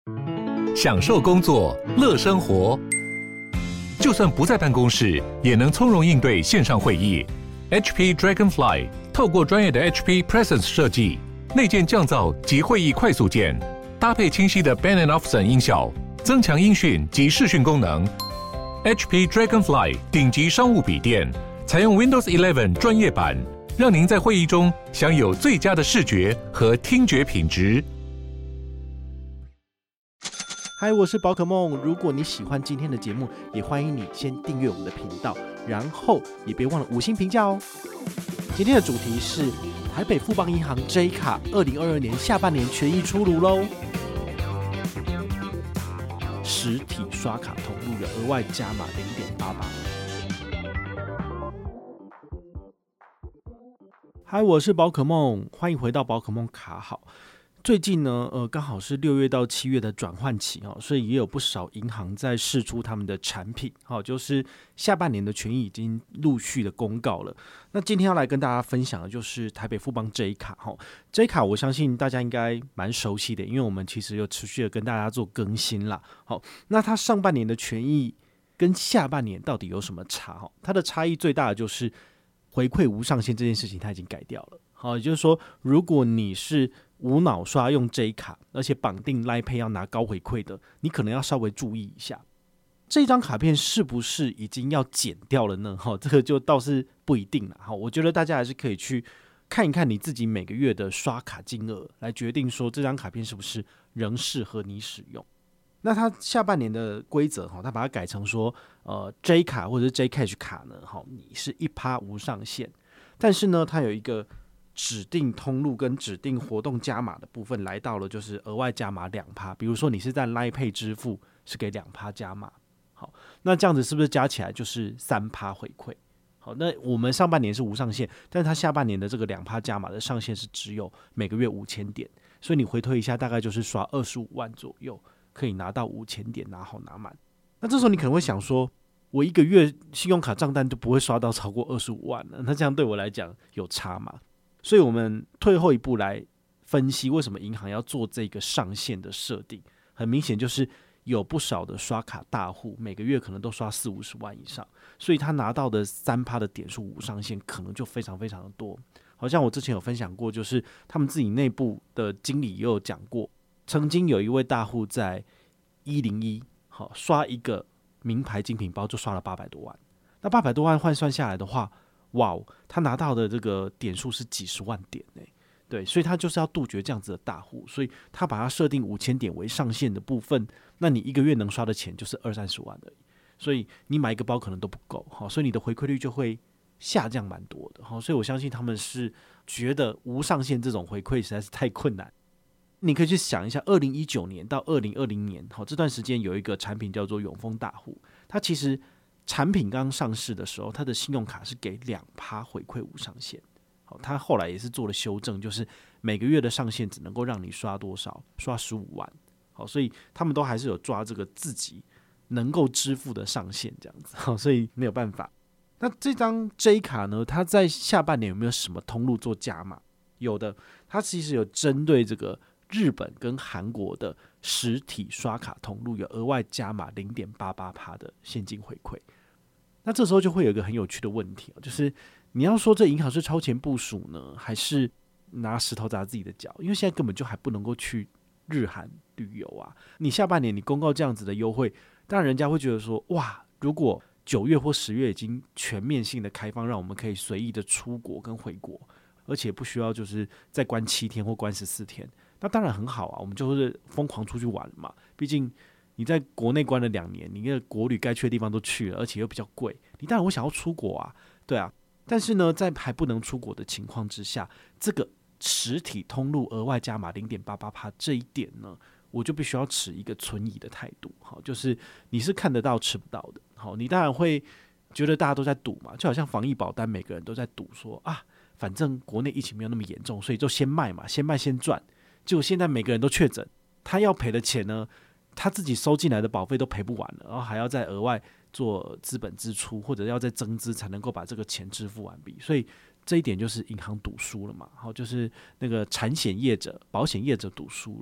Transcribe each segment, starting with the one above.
享受工作，乐生活。就算不在办公室，也能从容应对线上会议。HP Dragonfly 透过专业的 HP Presence 设计，内建降噪及会议快速键，搭配清晰的 Bang & Olufsen 音效，增强音讯及视讯功能。HP Dragonfly 顶级商务笔电，采用 Windows 11专业版，让您在会议中享有最佳的视觉和听觉品质。 嗨，我是宝可梦。如果你喜欢今天的节目，也欢迎你先订阅我们的频道，然后也别忘了5星评价哦。今天的主题是台北富邦银行 J 卡2022年下半年权益出炉喽，实体刷卡通路的额外加码 0.88%。嗨，我是宝可梦，欢迎回到宝可梦卡好。最近呢，刚好是6月到7月的转换期哦，所以也有不少银行在释出他们的产品，就是下半年的权益已经陆续的公告了。那今天要来跟大家分享的就是台北富邦 J 卡，J 卡我相信大家应该蛮熟悉的，因为我们其实有持续的跟大家做更新啦。好，那它上半年的权益跟下半年到底有什么差？它的差异最大的就是回馈无上限这件事情，它已经改掉了。好，也就是说，如果你是无脑刷用 J 卡，而且绑定 Line Pay 要拿高回馈的，你可能要稍微注意一下，这张卡片是不是已经要减掉了呢？这个就倒是不一定了。我觉得大家还是可以去看一看你自己每个月的刷卡金额，来决定说这张卡片是不是仍适合你使用。那它下半年的规则，它把它改成说，J 卡或者是 J Cash 卡呢，你是1%无上限，但是呢，它有一个指定通路跟指定活动加码的部分来到了，就是额外加码2%。比如说你是在 Line Pay 支付，是给2%加码。好，那这样子是不是加起来就是3%回馈？好，那我们上半年是无上限，但是它下半年的这个2%加码的上限是只有每个月5000点，所以你回推一下，大概就是刷25万左右，可以拿到5000点，拿好拿满。那这时候你可能会想说，我一个月信用卡账单就不会刷到超过25万了，那这样对我来讲有差吗？所以我们退后一步来分析，为什么银行要做这个上限的设定。很明显就是有不少的刷卡大户每个月可能都刷40-50万以上，所以他拿到的3%的点数无上限可能就非常非常的多。好像我之前有分享过，就是他们自己内部的经理也有讲过，曾经有一位大户在101刷一个名牌精品包就刷了800多万，那800多万换算下来的话，哇，他拿到的这个点数是几十万点对，所以他就是要杜绝这样子的大户，所以他把它设定5000点为上限的部分，那你一个月能刷的钱就是20-30万而已，所以你买一个包可能都不够，所以你的回馈率就会下降蛮多的，所以我相信他们是觉得无上限这种回馈实在是太困难。你可以去想一下，2019年到2020年这段时间有一个产品叫做永丰大户，它其实产品刚上市的时候，它的信用卡是给2%回馈无上限。好，它后来也是做了修正，就是每个月的上限只能够让你刷多少，刷15万。好，所以他们都还是有抓这个自己能够支付的上限这样子。好，所以没有办法。那这张 J 卡呢，它在下半年有没有什么通路做加码？有的，它其实有针对这个日本跟韩国的实体刷卡通路有额外加码 0.88% 的现金回馈。那这时候就会有一个很有趣的问题，就是你要说这银行是超前部署呢，还是拿石头砸自己的脚？因为现在根本就还不能够去日韩旅游啊。你下半年你公告这样子的优惠，当然人家会觉得说，哇，如果9月或10月已经全面性的开放，让我们可以随意的出国跟回国，而且不需要就是再关7天或关14天，那当然很好啊，我们就是疯狂出去玩了嘛。毕竟你在国内关了2年，你的国旅该去的地方都去了，而且又比较贵，你当然会想要出国啊，对啊。但是呢，在还不能出国的情况之下，这个实体通路额外加码 0.88% 这一点呢，我就必须要持一个存疑的态度。好，就是你是看得到吃不到的。好，你当然会觉得大家都在赌嘛，就好像防疫保单每个人都在赌说啊，反正国内疫情没有那么严重，所以就先卖嘛，先卖先赚。结果现在每个人都确诊，他要赔的钱呢，他自己收进来的保费都赔不完了，然后还要再额外做资本支出，或者要再增资才能够把这个钱支付完毕，所以这一点就是银行赌输了嘛。好，就是那个产险业者、保险业者赌输了。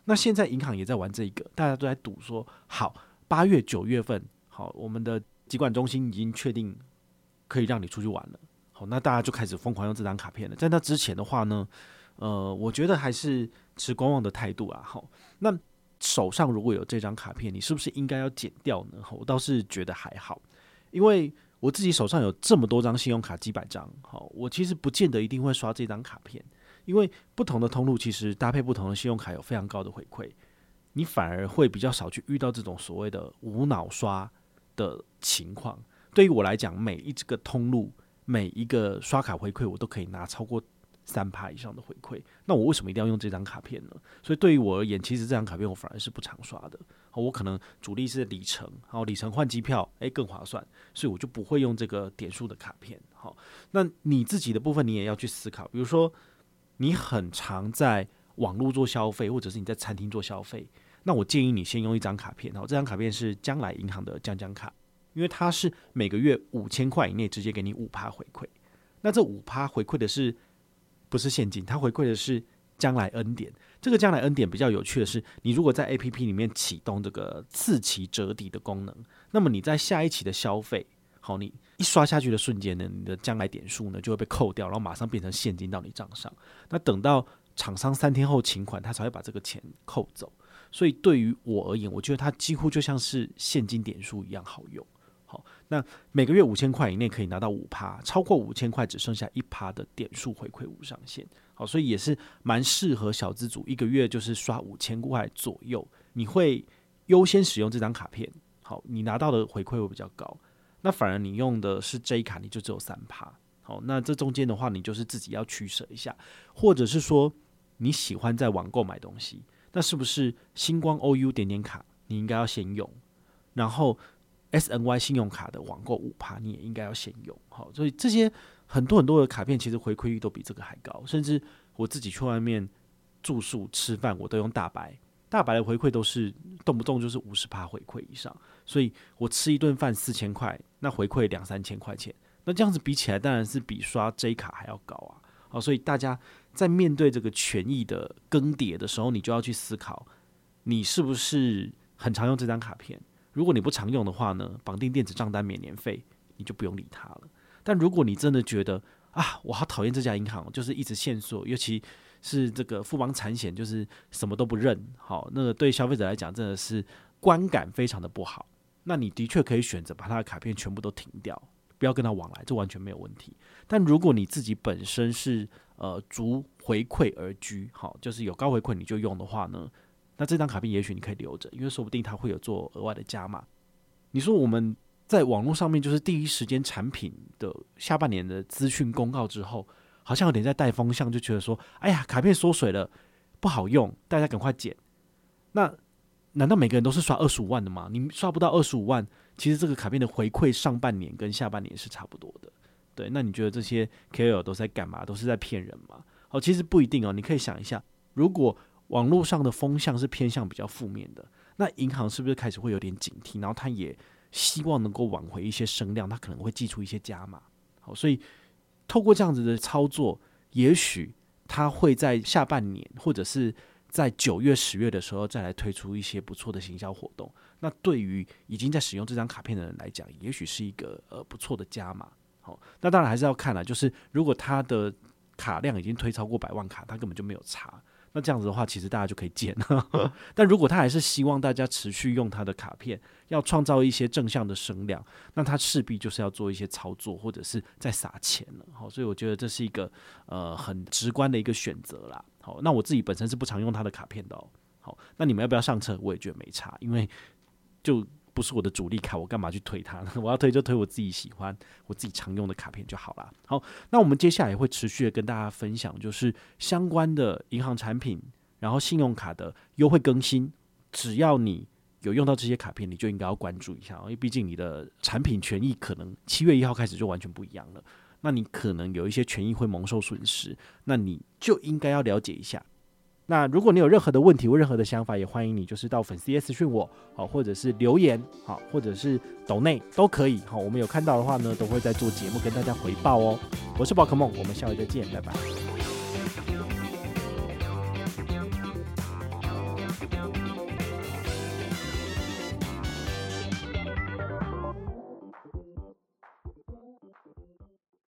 那现在银行也在玩这个，大家都在赌说，好，8月、9月份，好，我们的疾管中心已经确定可以让你出去玩了，好，那大家就开始疯狂用这张卡片了。在那之前的话呢，我觉得还是持观望的态度啊。好，那手上如果有这张卡片，你是不是应该要剪掉呢？我倒是觉得还好，因为我自己手上有这么多张信用卡，几百张，好，我其实不见得一定会刷这张卡片。因为不同的通路其实搭配不同的信用卡有非常高的回馈，你反而会比较少去遇到这种所谓的无脑刷的情况。对于我来讲，每一个通路每一个刷卡回馈我都可以拿超过3%以上的回馈，那我为什么一定要用这张卡片呢？所以对于我而言，其实这张卡片我反而是不常刷的。我可能主力是里程，里程换机票，更划算，所以我就不会用这个点数的卡片。好，那你自己的部分你也要去思考，比如说你很常在网络做消费，或者是你在餐厅做消费，那我建议你先用一张卡片。这张卡片是将来银行的将将卡，因为它是每个月5000块以内直接给你5%回馈。那这5%回馈的是不是现金？它回馈的是将来 N 点。这个将来 N 点比较有趣的是，你如果在 APP 里面启动这个次期折抵的功能，那么你在下一期的消费，好，你一刷下去的瞬间呢，你的将来点数呢就会被扣掉，然后马上变成现金到你账上。那等到厂商3天后请款，他才会把这个钱扣走。所以对于我而言，我觉得它几乎就像是现金点数一样好用。好，那每个月5000块以内可以拿到5%，超过5000块只剩下1%的点数回馈无上限。好，所以也是蛮适合小资族，一个月就是刷5000块左右，你会优先使用这张卡片。好，你拿到的回馈会比较高。那反而你用的是 J 卡，你就只有3%。好，那这中间的话，你就是自己要取舍一下，或者是说你喜欢在网购买东西，那是不是星光 OU 点点卡你应该要先用，然后 SNY 信用卡的网购5%你也应该要先用。好，所以这些很多的卡片其实回馈率都比这个还高，甚至我自己去外面住宿吃饭，我都用大白的回馈都是动不动就是50%回馈以上，所以我吃一顿饭4000块，那回馈2-3千块钱，那这样子比起来当然是比刷 J 卡还要高啊。好，所以大家在面对这个权益的更迭的时候，你就要去思考，你是不是很常用这张卡片？如果你不常用的话呢，绑定电子账单免年费，你就不用理它了。但如果你真的觉得我好讨厌这家银行，就是一直限缩，尤其是这个富邦产险，就是什么都不认，好，那个对消费者来讲真的是观感非常的不好。那你的确可以选择把他的卡片全部都停掉，不要跟他往来，这完全没有问题。但如果你自己本身是逐回馈而居，好，就是有高回馈你就用的话呢，那这张卡片也许你可以留着，因为说不定它会有做额外的加码。你说我们在网络上面就是第一时间产品的下半年的资讯公告之后，好像有点在带风向，就觉得说，哎呀，卡片缩水了，不好用，大家赶快减。那难道每个人都是刷25万的吗？你刷不到25万，其实这个卡片的回馈上半年跟下半年是差不多的。对，那你觉得这些 KOL 都是在干嘛？都是在骗人吗？好，其实不一定哦。你可以想一下，如果网络上的风向是偏向比较负面的，那银行是不是开始会有点警惕？然后他也希望能够挽回一些声量，他可能会寄出一些加码。好，所以透过这样子的操作，也许他会在下半年或者是在9月、10月的时候再来推出一些不错的行销活动。那对于已经在使用这张卡片的人来讲，也许是一个不错的加码。好，那当然还是要看啦，就是如果他的卡量已经推超过100万卡，他根本就没有差。那这样子的话，其实大家就可以减了。但如果他还是希望大家持续用他的卡片，要创造一些正向的声量，那他势必就是要做一些操作，或者是再撒钱了。好，所以我觉得这是一个很直观的一个选择啦。好，那我自己本身是不常用他的卡片的哦。好，那你们要不要上车？我也觉得没差，因为就不是我的主力卡，我干嘛去推它呢？我要推就推我自己喜欢、我自己常用的卡片就好啦。好，那我们接下来也会持续的跟大家分享，就是相关的银行产品，然后信用卡的优惠更新。只要你有用到这些卡片，你就应该要关注一下，因为毕竟你的产品权益可能7月1号开始就完全不一样了。那你可能有一些权益会蒙受损失，那你就应该要了解一下。那如果你有任何的问题或任何的想法，也欢迎你就是到粉丝页私讯我，好，或者是留言，好，或者是抖内都可以，好，我们有看到的话呢，都会在做节目跟大家回报哦。我是宝可梦，我们下回再见，拜拜。